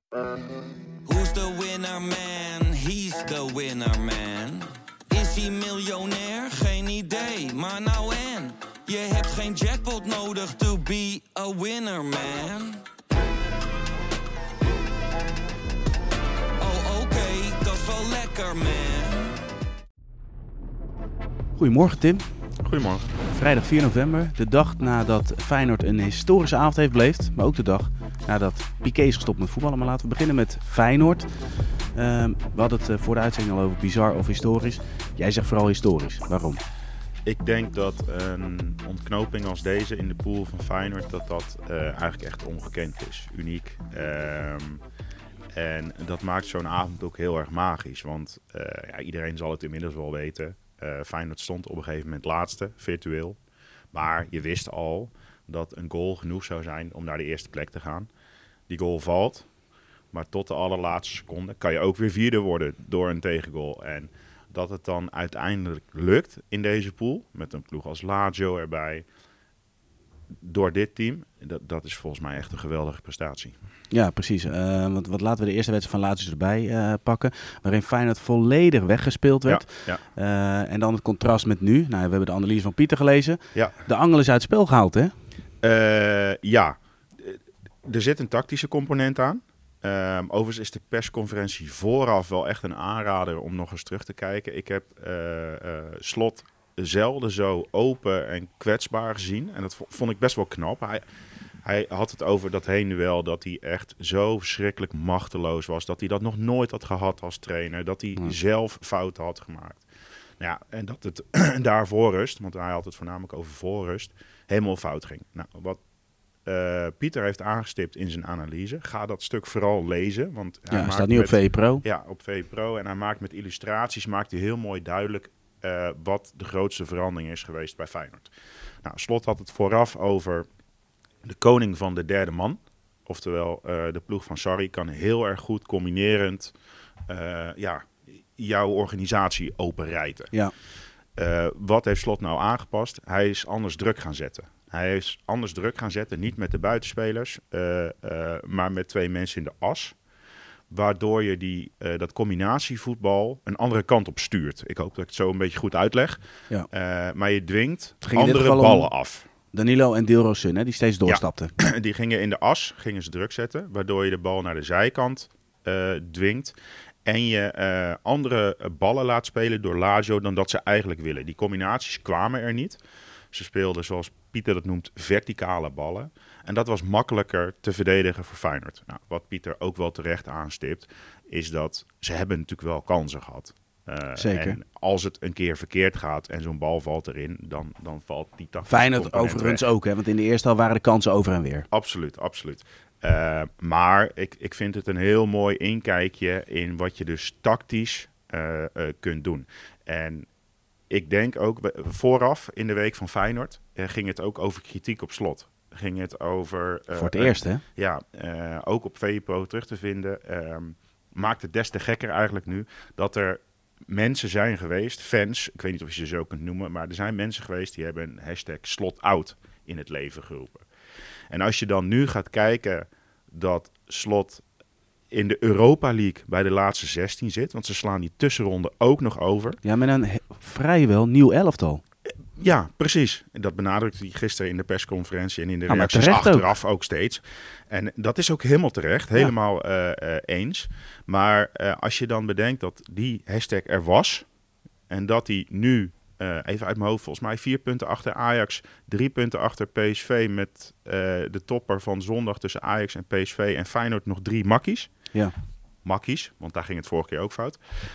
Who's the winner man? He's the winner man. Is hij miljonair? Geen idee, maar nou en. Je hebt geen jackpot nodig to be a winner man. Oh oké, dat is wel lekker man. Goedemorgen Tim. Goedemorgen. Vrijdag 4 november, de dag nadat Feyenoord een historische avond heeft beleefd. Maar ook de dag nadat Piqué is gestopt met voetballen. Maar laten we beginnen met Feyenoord. We hadden het voor de uitzending al over bizar of historisch. Jij zegt vooral historisch. Waarom? Ik denk dat een ontknoping als deze in de pool van Feyenoord, dat eigenlijk echt ongekend is. Uniek. En dat maakt zo'n avond ook heel erg magisch. Want iedereen zal het inmiddels wel weten. Feyenoord stond op een gegeven moment laatste, virtueel. Maar je wist al dat een goal genoeg zou zijn om naar de eerste plek te gaan. Die goal valt, maar tot de allerlaatste seconde kan je ook weer vierde worden door een tegengoal. En dat het dan uiteindelijk lukt in deze pool, met een ploeg als Lazio erbij, door dit team, dat is volgens mij echt een geweldige prestatie. Ja, precies. Want laten we de eerste wedstrijd van Lazio erbij pakken, waarin Feyenoord volledig weggespeeld werd. Ja. En dan het contrast met nu. Nou, we hebben de analyse van Pieter gelezen. Ja. De angel is uit het spel gehaald, hè? Ja. Er zit een tactische component aan. Overigens is de persconferentie vooraf wel echt een aanrader om nog eens terug te kijken. Ik heb Slot zelden zo open en kwetsbaar gezien. En dat vond ik best wel knap. Hij had het over dat heenduel, dat hij echt zo verschrikkelijk machteloos was. Dat hij dat nog nooit had gehad als trainer. Dat hij zelf fouten had gemaakt. Nou ja, en dat het daar voor rust, want hij had het voornamelijk over voorrust, helemaal fout ging. Nou, wat Pieter heeft aangestipt in zijn analyse, ga dat stuk vooral lezen. Want hij staat nu op VPRO. Ja, op VPRO. En hij maakt met illustraties heel mooi duidelijk wat de grootste verandering is geweest bij Feyenoord. Nou, Slot had het vooraf over de koning van de derde man. Oftewel, de ploeg van Sarri kan heel erg goed combinerend jouw organisatie openrijten. Ja. Wat heeft Slot nou aangepast? Hij is anders druk gaan zetten. Hij is anders druk gaan zetten, niet met de buitenspelers, maar met twee mensen in de as. Waardoor je dat combinatievoetbal een andere kant op stuurt. Ik hoop dat ik het zo een beetje goed uitleg. Ja. Maar je dwingt andere ballen af. Danilo en Dilro Sun, hè, die steeds doorstapten. Ja, die gingen in de as, gingen ze druk zetten. Waardoor je de bal naar de zijkant dwingt. En je andere ballen laat spelen door Lazio dan dat ze eigenlijk willen. Die combinaties kwamen er niet. Ze speelden, zoals Pieter dat noemt, verticale ballen. En dat was makkelijker te verdedigen voor Feyenoord. Nou, wat Pieter ook wel terecht aanstipt, is dat ze hebben natuurlijk wel kansen gehad. Zeker. En als het een keer verkeerd gaat en zo'n bal valt erin, dan valt die tactische Feyenoord overigens ook, hè? Want in de eerste helft waren de kansen over en weer. Absoluut, absoluut. Maar ik vind het een heel mooi inkijkje in wat je dus tactisch kunt doen. En ik denk ook, vooraf in de week van Feyenoord ging het ook over kritiek op Slot. Ging het over... voor het eerst, hè? Ja, ook op VPRO terug te vinden. Maakt het des te gekker eigenlijk nu dat er mensen zijn geweest, fans, ik weet niet of je ze zo kunt noemen, maar er zijn mensen geweest die hebben een hashtag #SlotOut in het leven geroepen. En als je dan nu gaat kijken dat Slot in de Europa League bij de laatste 16 zit, want ze slaan die tussenronde ook nog over. Ja, met een vrijwel nieuw elftal. Ja, precies. En dat benadrukte hij gisteren in de persconferentie en in de reacties achteraf ook steeds. En dat is ook helemaal terecht, helemaal eens. Maar als je dan bedenkt dat die hashtag er was en dat hij nu, even uit mijn hoofd, volgens mij 4 punten achter Ajax, 3 punten achter PSV met de topper van zondag tussen Ajax en PSV en Feyenoord nog 3 makkies. Ja. Makkies, want daar ging het vorige keer ook fout.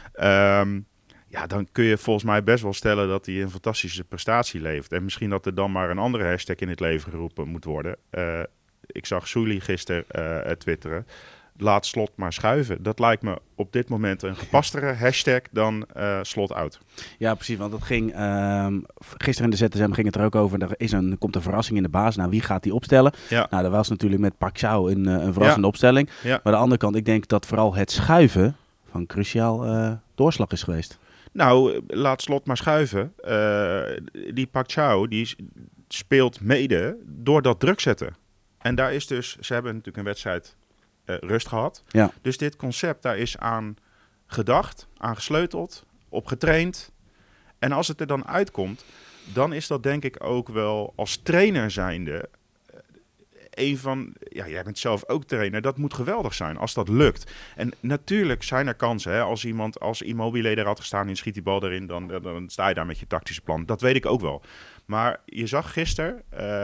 Ja, dan kun je volgens mij best wel stellen dat hij een fantastische prestatie levert. En misschien dat er dan maar een andere hashtag in het leven geroepen moet worden. Ik zag Souli gisteren twitteren. Laat Slot maar schuiven. Dat lijkt me op dit moment een gepastere hashtag dan #SlotOut. Ja, precies. Want dat ging gisteren in de ZSM ging het er ook over. Er komt een verrassing in de baas. Nou, wie gaat die opstellen? Ja. Nou, dat was natuurlijk met Paixão een verrassende opstelling. Ja. Maar aan de andere kant, ik denk dat vooral het schuiven van cruciaal doorslag is geweest. Nou, laat Slot maar schuiven. Die Paixão, die speelt mede door dat druk zetten. En daar is dus, ze hebben natuurlijk een wedstrijd rust gehad. Ja. Dus dit concept, daar is aan gedacht, aan gesleuteld, op getraind. En als het er dan uitkomt, dan is dat denk ik ook wel als trainer zijnde een van... Ja, jij bent zelf ook trainer. Dat moet geweldig zijn als dat lukt. En natuurlijk zijn er kansen. Hè? Als Immobile er had gestaan en schiet die bal erin, dan sta je daar met je tactische plan. Dat weet ik ook wel. Maar je zag gisteren,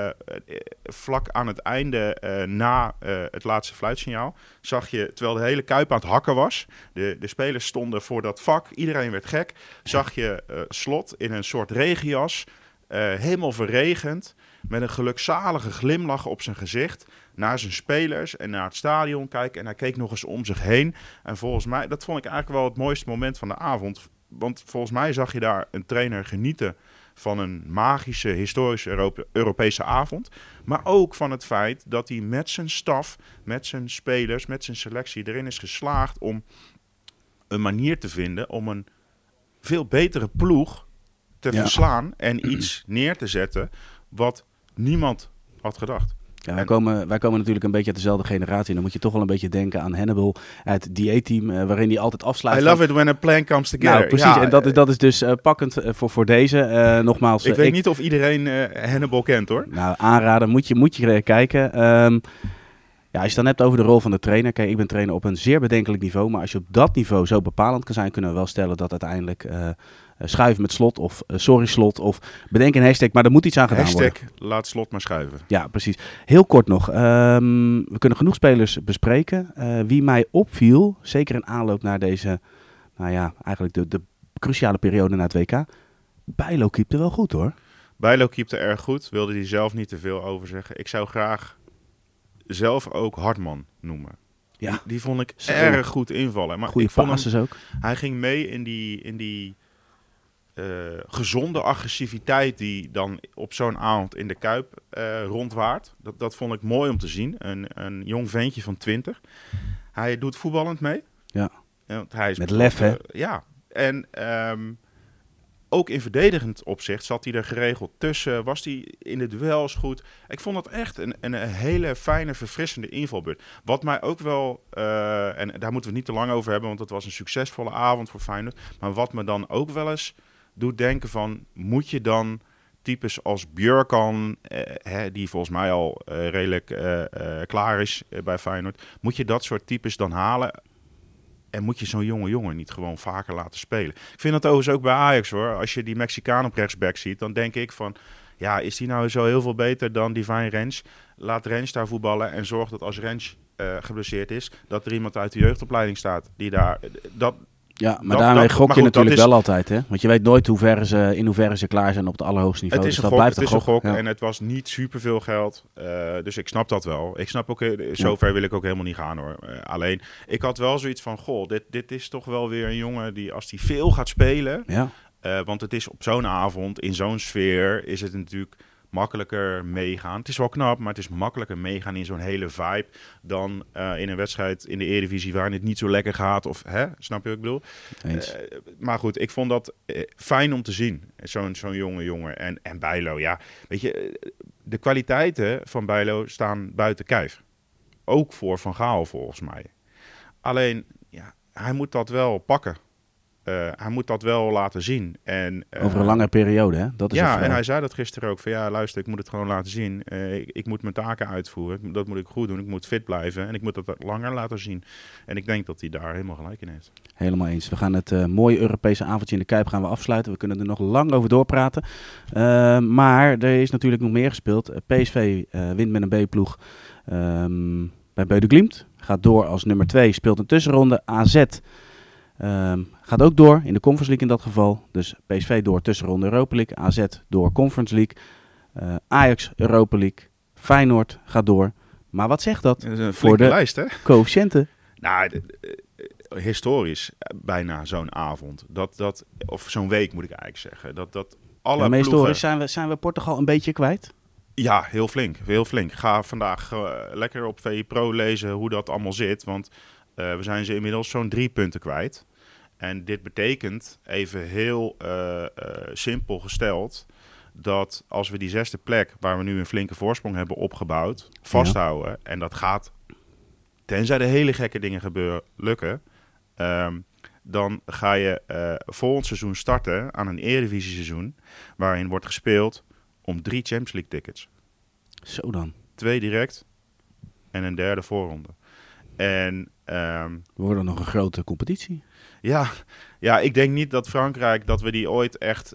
vlak aan het einde, na het laatste fluitsignaal, zag je, terwijl de hele Kuip aan het hakken was, de spelers stonden voor dat vak, iedereen werd gek, zag je Slot in een soort regenjas, helemaal verregend, met een gelukzalige glimlach op zijn gezicht, naar zijn spelers en naar het stadion kijken. En hij keek nog eens om zich heen. En volgens mij, dat vond ik eigenlijk wel het mooiste moment van de avond. Want volgens mij zag je daar een trainer genieten van een magische, historische Europese avond. Maar ook van het feit dat hij met zijn staf, met zijn spelers, met zijn selectie erin is geslaagd om een manier te vinden om een veel betere ploeg te verslaan en iets neer te zetten wat niemand had gedacht. Ja, wij komen natuurlijk een beetje uit dezelfde generatie. En dan moet je toch wel een beetje denken aan Hannibal uit die A-team, waarin hij altijd afsluit. I love it when a plan comes together. Nou, precies. Ja, en dat is dus pakkend voor deze. Nogmaals. Ik weet niet of iedereen Hannibal kent, hoor. Nou, aanraden. Moet je kijken. Ja, als je het dan hebt over de rol van de trainer. Kijk, ik ben trainer op een zeer bedenkelijk niveau. Maar als je op dat niveau zo bepalend kan zijn, kunnen we wel stellen dat uiteindelijk schuiven met Slot of sorry Slot of bedenk een hashtag. Maar er moet iets aan gedaan worden. Laat Slot maar schuiven. Ja, precies. Heel kort nog. We kunnen genoeg spelers bespreken. Wie mij opviel, zeker in aanloop naar deze, nou ja, eigenlijk de cruciale periode na het WK. Bijlo keepte wel goed, hoor. Bijlo keepte erg goed. Wilde hij zelf niet te veel over zeggen. Ik zou graag zelf ook Hartman noemen. Ja. Die vond ik erg goed invallen. Maar goeie passes ook. Hij ging mee in die gezonde agressiviteit die dan op zo'n avond in de Kuip rondwaart. Dat vond ik mooi om te zien. Een jong ventje van 20. Hij doet voetballend mee. Ja. Want hij is met lef, hè? Ja. En ook in verdedigend opzicht zat hij er geregeld tussen. Was hij in de duels goed. Ik vond dat echt een hele fijne, verfrissende invalbeurt. Wat mij ook wel, en daar moeten we het niet te lang over hebben, want het was een succesvolle avond voor Feyenoord. Maar wat me dan ook wel eens doet denken van, moet je dan types als Björkan, die volgens mij al redelijk klaar is bij Feyenoord, moet je dat soort types dan halen? En moet je zo'n jonge jongen niet gewoon vaker laten spelen? Ik vind dat overigens ook bij Ajax, hoor. Als je die Mexicaan op rechtsback ziet, dan denk ik van, ja, is die nou zo heel veel beter dan Divine Rens? Laat Rens daar voetballen en zorg dat als Rens geblesseerd is, dat er iemand uit de jeugdopleiding staat die daar... Ja, maar daarmee gok je natuurlijk wel altijd, hè? Want je weet nooit in hoeverre ze klaar zijn op het allerhoogste niveau. Het is dus een dat gok, blijft een gok. Ja. En het was niet superveel geld. Dus ik snap dat wel. Ik snap ook, zover wil ik ook helemaal niet gaan, hoor. Alleen, ik had wel zoiets van, goh, dit is toch wel weer een jongen die, als hij veel gaat spelen... Ja. Want het is op zo'n avond, in zo'n sfeer, is het natuurlijk makkelijker meegaan. Het is wel knap, maar het is makkelijker meegaan in zo'n hele vibe dan in een wedstrijd in de Eredivisie waar het niet zo lekker gaat. Of, snap je wat ik bedoel? Maar goed, ik vond dat fijn om te zien. Zo'n jonge jongen. En Bijlo, ja. Weet je, de kwaliteiten van Bijlo staan buiten kijf. Ook voor Van Gaal, volgens mij. Alleen, ja, hij moet dat wel pakken. Hij moet dat wel laten zien. En, over een lange periode, hè? Dat is en hij zei dat gisteren ook. Van ja, luister, ik moet het gewoon laten zien. Ik moet mijn taken uitvoeren. Dat moet ik goed doen. Ik moet fit blijven. En ik moet dat langer laten zien. En ik denk dat hij daar helemaal gelijk in heeft. Helemaal eens. We gaan het mooie Europese avondje in de Kuip gaan we afsluiten. We kunnen er nog lang over doorpraten. Maar er is natuurlijk nog meer gespeeld. PSV wint met een B-ploeg bij Beu de Glimt. Gaat door als nummer 2. Speelt een tussenronde. AZ... gaat ook door in de Conference League in dat geval. Dus PSV door tussenronde Europa League. AZ door Conference League. Ajax Europa League. Feyenoord gaat door. Maar wat zegt dat, is een voor de lijst, hè? coëfficiënten? Nou, historisch bijna zo'n avond. Of zo'n week moet ik eigenlijk zeggen. Dat alle meest ploegen... historisch zijn we Portugal een beetje kwijt? Ja, heel flink. Heel flink. Ga vandaag lekker op VI Pro lezen hoe dat allemaal zit. Want we zijn ze inmiddels zo'n 3 punten kwijt. En dit betekent, even heel simpel gesteld, dat als we die 6e plek, waar we nu een flinke voorsprong hebben opgebouwd, vasthouden. En dat gaat tenzij er hele gekke dingen lukken, dan ga je volgend seizoen starten aan een Eredivisie seizoen, waarin wordt gespeeld om 3 Champions League tickets. Zo dan. 2 direct en een derde voorronde. En we worden nog een grote competitie. Ja, ik denk niet dat Frankrijk, dat we die ooit echt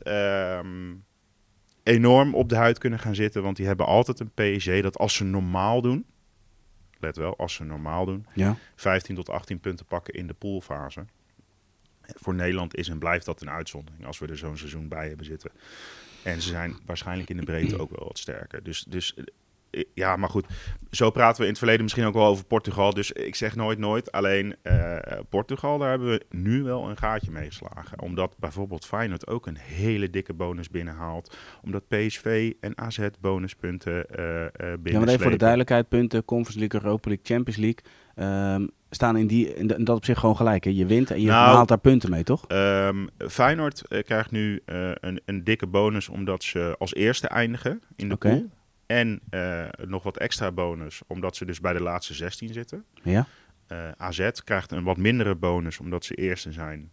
enorm op de huid kunnen gaan zitten. Want die hebben altijd een PSG dat als ze normaal doen, let wel, als ze normaal doen, 15 tot 18 punten pakken in de poolfase. Voor Nederland is en blijft dat een uitzondering als we er zo'n seizoen bij hebben zitten. En ze zijn waarschijnlijk in de breedte ook wel wat sterker. Dus ja, maar goed. Zo praten we in het verleden misschien ook wel over Portugal. Dus ik zeg nooit. Alleen Portugal, daar hebben we nu wel een gaatje mee geslagen. Omdat bijvoorbeeld Feyenoord ook een hele dikke bonus binnenhaalt. Omdat PSV en AZ bonuspunten binnenslepen. Ja, maar even voor de duidelijkheid, punten, Conference League, Europa League, Champions League... staan in dat op zich gewoon gelijk. Hè? Je wint en je haalt daar punten mee, toch? Feyenoord krijgt nu een dikke bonus omdat ze als eerste eindigen in de pool. En nog wat extra bonus omdat ze dus bij de laatste 16 zitten. Ja. AZ krijgt een wat mindere bonus omdat ze eerste zijn.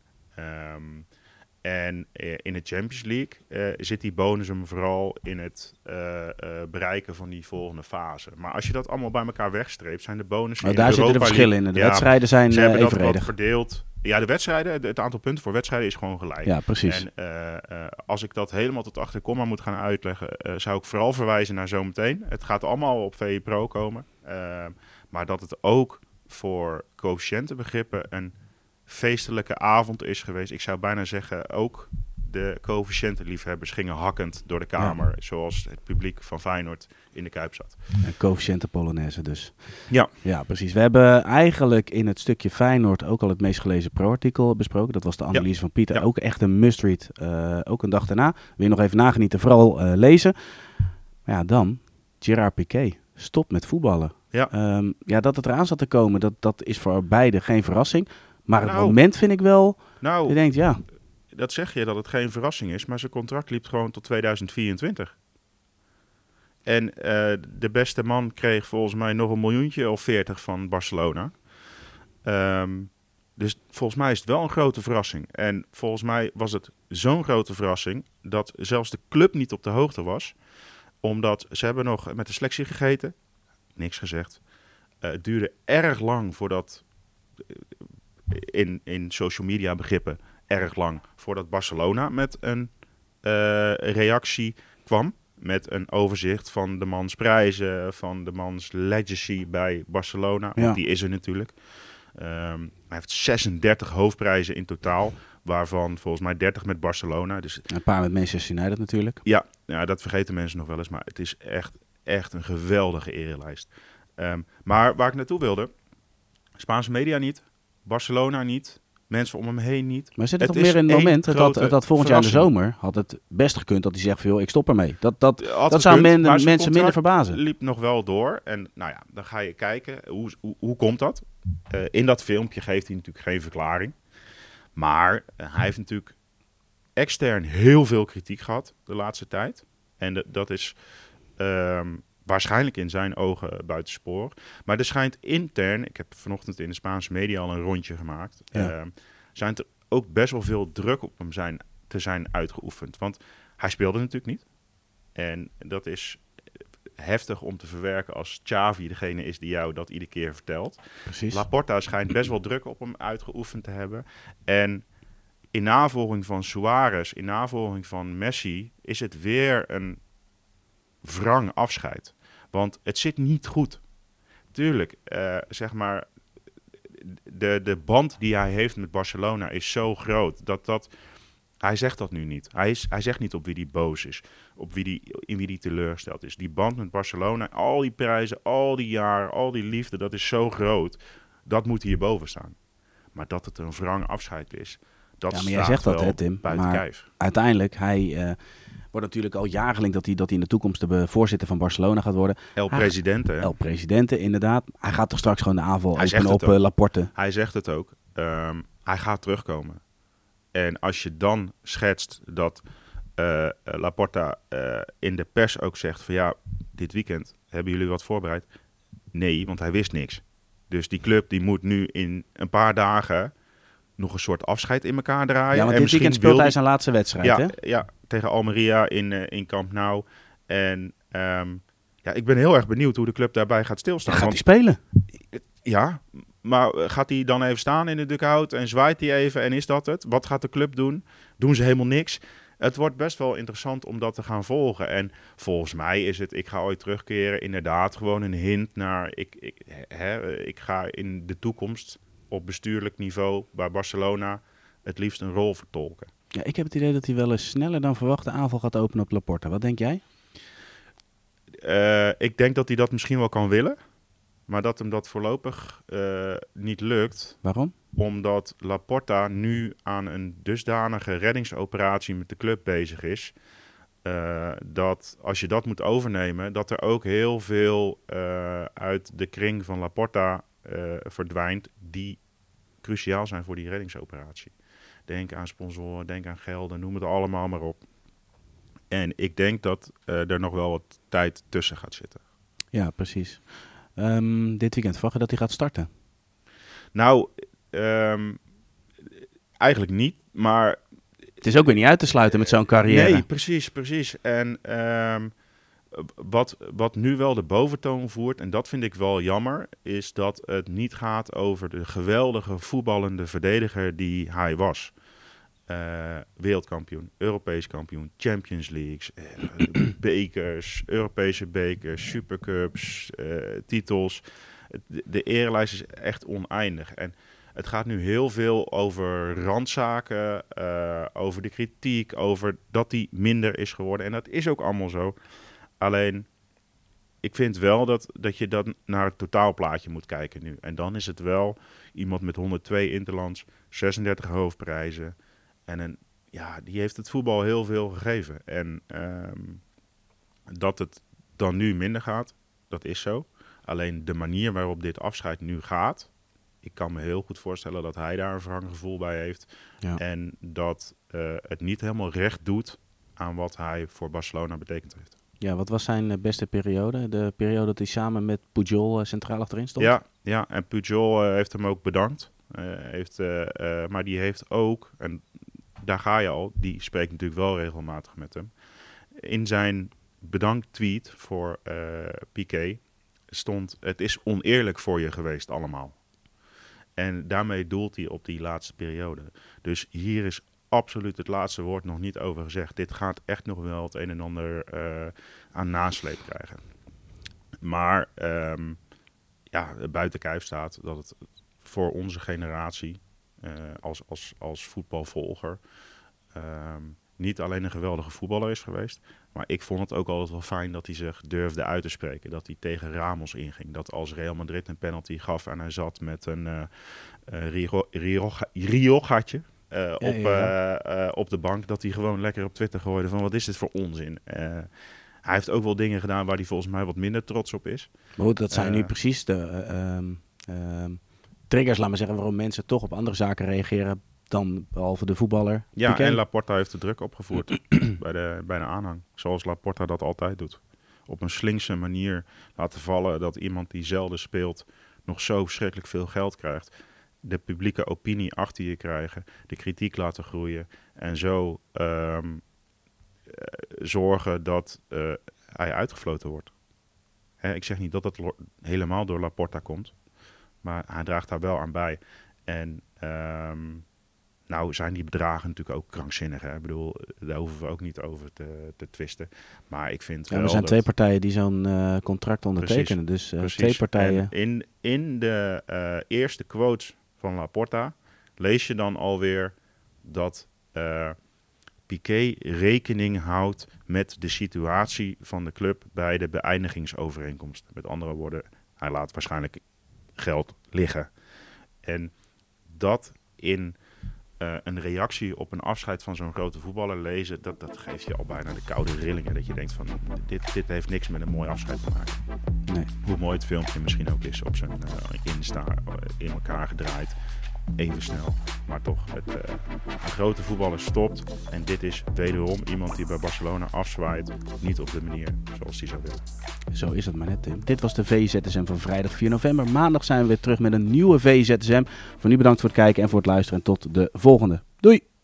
En in de Champions League zit die bonus hem vooral in het bereiken van die volgende fase. Maar als je dat allemaal bij elkaar wegstreept, zijn de bonussen in daar zitten de verschillen in. De wedstrijden zijn evenredig. Ze hebben dat wat verdeeld. Ja, de wedstrijden, het aantal punten voor wedstrijden is gewoon gelijk. Ja, precies. En als ik dat helemaal tot achter komma moet gaan uitleggen, zou ik vooral verwijzen naar zometeen. Het gaat allemaal op VE Pro komen. Maar dat het ook voor coëfficiëntenbegrippen een feestelijke avond is geweest. Ik zou bijna zeggen, ook de coëfficiëntenliefhebbers gingen hakkend door de kamer. Ja. Zoals het publiek van Feyenoord in de Kuip zat. Een coëfficiënten Polonaise dus. Ja, precies. We hebben eigenlijk in het stukje Feyenoord ook al het meest gelezen pro-artikel besproken. Dat was de analyse van Pieter. Ja. Ook echt een must-read. Ook een dag daarna. Wil je nog even nagenieten, vooral lezen. Maar ja, dan Gerard Piqué. Stopt met voetballen. Ja. Dat het eraan zat te komen, dat is voor beide geen verrassing. Maar het moment vind ik wel... je denkt, dat zeg je dat het geen verrassing is, maar zijn contract liep gewoon tot 2024. En de beste man kreeg volgens mij nog 1 miljoentje of 40 van Barcelona. Dus volgens mij is het wel een grote verrassing. En volgens mij was het zo'n grote verrassing dat zelfs de club niet op de hoogte was. Omdat ze hebben nog met de selectie gegeten. Niks gezegd. Het duurde erg lang voordat... In social media begrippen erg lang voordat Barcelona met een reactie kwam. Met een overzicht van de mans prijzen, van de mans legacy bij Barcelona. Want die is er natuurlijk. Hij heeft 36 hoofdprijzen in totaal. Waarvan volgens mij 30 met Barcelona. Dus een paar met Manchester United natuurlijk. Ja, dat vergeten mensen nog wel eens. Maar het is echt een geweldige erelijst. Maar waar ik naartoe wilde. Spaanse media niet. Barcelona niet. Mensen om hem heen niet. Maar zit het toch meer in het moment dat volgend jaar in de zomer had het best gekund dat hij zegt van joh, ik stop ermee. Dat zou mensen minder verbazen. Liep nog wel door. En dan ga je kijken, hoe komt dat? In dat filmpje geeft hij natuurlijk geen verklaring. Maar hij heeft natuurlijk extern heel veel kritiek gehad de laatste tijd. En dat is... waarschijnlijk in zijn ogen buitensporig. Maar er schijnt intern, ik heb vanochtend in de Spaanse media al een rondje gemaakt, zijn er ook best wel veel druk op hem te zijn uitgeoefend. Want hij speelde natuurlijk niet. En dat is heftig om te verwerken als Xavi degene is die jou dat iedere keer vertelt. Precies. Laporta schijnt best wel druk op hem uitgeoefend te hebben. En in navolging van Suarez, in navolging van Messi, is het weer een wrang afscheid. Want het zit niet goed. Tuurlijk, zeg maar, de band die hij heeft met Barcelona is zo groot dat hij zegt dat nu niet. Hij zegt niet op wie hij boos is, in wie hij teleurgesteld is. Die band met Barcelona, al die prijzen, al die jaren, al die liefde, dat is zo groot. Dat moet hierboven staan. Maar dat het een wrang afscheid is, dat maar jij zegt dat, Tim. Buiten kijf. Uiteindelijk, hij wordt natuurlijk al jaren gelinkt dat hij in de toekomst de voorzitter van Barcelona gaat worden. El Presidente, inderdaad. Hij gaat toch straks gewoon de aanval openen op Laporte. Hij zegt het ook. Hij gaat terugkomen. En als je dan schetst dat Laporta in de pers ook zegt van dit weekend hebben jullie wat voorbereid? Nee, want hij wist niks. Dus die club die moet nu in een paar dagen nog een soort afscheid in elkaar draaien. Ja, want dit weekend speelt hij zijn laatste wedstrijd, hè? Ja, tegen Almeria in Camp Nou. En ik ben heel erg benieuwd hoe de club daarbij gaat stilstaan. Gaat hij spelen? Ja, maar gaat hij dan even staan in de dugout en zwaait hij even en is dat het? Wat gaat de club doen? Doen ze helemaal niks? Het wordt best wel interessant om dat te gaan volgen. En volgens mij is het, ik ga ooit terugkeren, inderdaad gewoon een hint naar... Ik ga in de toekomst op bestuurlijk niveau bij Barcelona het liefst een rol vertolken. Ja, ik heb het idee dat hij wel eens sneller dan verwacht de aanval gaat openen op Laporta. Wat denk jij? Ik denk dat hij dat misschien wel kan willen. Maar dat hem dat voorlopig niet lukt. Waarom? Omdat Laporta nu aan een dusdanige reddingsoperatie met de club bezig is. Dat als je dat moet overnemen, dat er ook heel veel uit de kring van Laporta verdwijnt die cruciaal zijn voor die reddingsoperatie. Denk aan sponsoren, denk aan gelden, noem het allemaal maar op. En ik denk dat er nog wel wat tijd tussen gaat zitten. Ja, precies. Dit weekend verwacht je dat hij gaat starten? Nou, eigenlijk niet, maar... Het is ook weer niet uit te sluiten met zo'n carrière. Nee, precies. En wat nu wel de boventoon voert, en dat vind ik wel jammer, is dat het niet gaat over de geweldige voetballende verdediger die hij was. Wereldkampioen, Europees kampioen, Champions Leagues, bekers, Europese bekers, supercups, titels. De erelijst is echt oneindig. En het gaat nu heel veel over randzaken, over de kritiek, over dat hij minder is geworden. En dat is ook allemaal zo. Alleen, ik vind wel dat je dan naar het totaalplaatje moet kijken nu. En dan is het wel iemand met 102 interlands, 36 hoofdprijzen. En die heeft het voetbal heel veel gegeven. En dat het dan nu minder gaat, dat is zo. Alleen de manier waarop dit afscheid nu gaat, ik kan me heel goed voorstellen dat hij daar een wrang gevoel bij heeft. Ja. En dat het niet helemaal recht doet aan wat hij voor Barcelona betekend heeft. Ja, wat was zijn beste periode? De periode dat hij samen met Pujol centraal achterin stond? Ja, en Pujol heeft hem ook bedankt. Maar die heeft ook, en daar ga je al, die spreekt natuurlijk wel regelmatig met hem. In zijn bedankt-tweet voor Piqué stond: het is oneerlijk voor je geweest allemaal. En daarmee doelt hij op die laatste periode. Dus hier is absoluut het laatste woord nog niet over gezegd. Dit gaat echt nog wel het een en ander aan nasleep krijgen. Maar buiten kijf staat dat het voor onze generatie als voetbalvolger niet alleen een geweldige voetballer is geweest, maar ik vond het ook altijd wel fijn dat hij zich durfde uit te spreken. Dat hij tegen Ramos inging. Dat als Real Madrid een penalty gaf en hij zat met een Riogatje op de bank, dat hij gewoon lekker op Twitter gooide van wat is dit voor onzin. Hij heeft ook wel dingen gedaan waar hij volgens mij wat minder trots op is. Maar goed, dat zijn nu precies de triggers, laat maar zeggen, waarom mensen toch op andere zaken reageren dan behalve de voetballer. Ja, Piqué. En Laporta heeft de druk opgevoerd bij de aanhang. Zoals Laporta dat altijd doet. Op een slinkse manier laten vallen dat iemand die zelden speelt nog zo verschrikkelijk veel geld krijgt. De publieke opinie achter je krijgen. De kritiek laten groeien. En zo zorgen dat hij uitgefloten wordt. Ik zeg niet dat het helemaal door Laporta komt. Maar hij draagt daar wel aan bij. En nou zijn die bedragen natuurlijk ook krankzinnig. Hè? Ik bedoel, daar hoeven we ook niet over te twisten. Maar ik vind wel er zijn twee partijen die zo'n contract ondertekenen. Precies. Twee partijen. En in de eerste quotes van Laporta lees je dan alweer dat Piqué rekening houdt met de situatie van de club bij de beëindigingsovereenkomst. Met andere woorden, hij laat waarschijnlijk geld liggen. En dat in een reactie op een afscheid van zo'n grote voetballer lezen, dat geeft je al bijna de koude rillingen. Dat je denkt van, dit heeft niks met een mooi afscheid te maken. Nee. Hoe mooi het filmpje misschien ook is op zijn Insta in elkaar gedraaid. even snel. Maar toch, de grote voetballer stopt. En dit is wederom iemand die bij Barcelona afzwaait. Niet op de manier zoals hij zou willen. Zo is het maar net, Tim. Dit was de VZSM van vrijdag 4 november. Maandag zijn we weer terug met een nieuwe VZSM. Voor nu bedankt voor het kijken en voor het luisteren. En tot de volgende. Doei!